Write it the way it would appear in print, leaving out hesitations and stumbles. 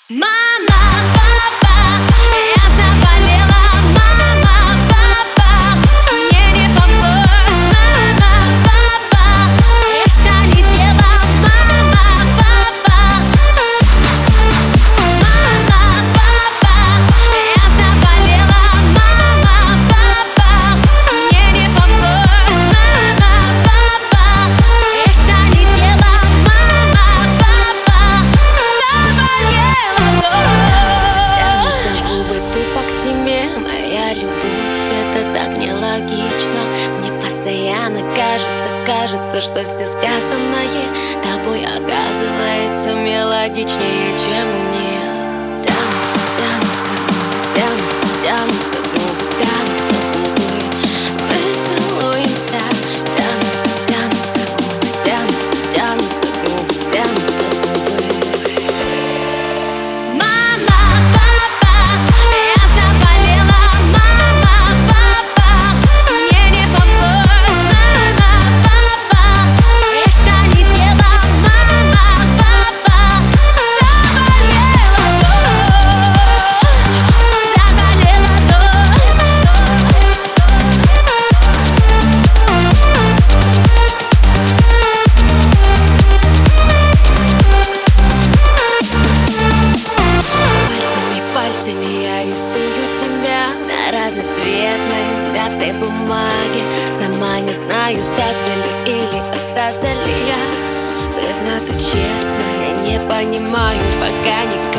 Мама, папа, я заболела. Мама, папа, мне не помочь. Мама, папа, это не дело. Мама, папа, мама, папа, я заболела. Мама, папа, мне не помочь. Мама, папа, это не дело. Мама, папа, заболела. Тянутся губы тупо к тебе, моя любовь, это так нелогично. Мне постоянно кажется, что все сказанное тобой оказывается мелодичнее, чем мне. Тянутся губы, мы целуемся. Тянутся губы, тянутся губы. Мама, папа, я заболела. Мама, папа, мне не помочь. Мама, папа, это не дело. Мама, папа, заболела Пальцами я рисую тебя на разноцветной мятой бумаге. Сама не знаю, сдаться ли или остаться ли я. Признаться честно, я не понимаю пока никак.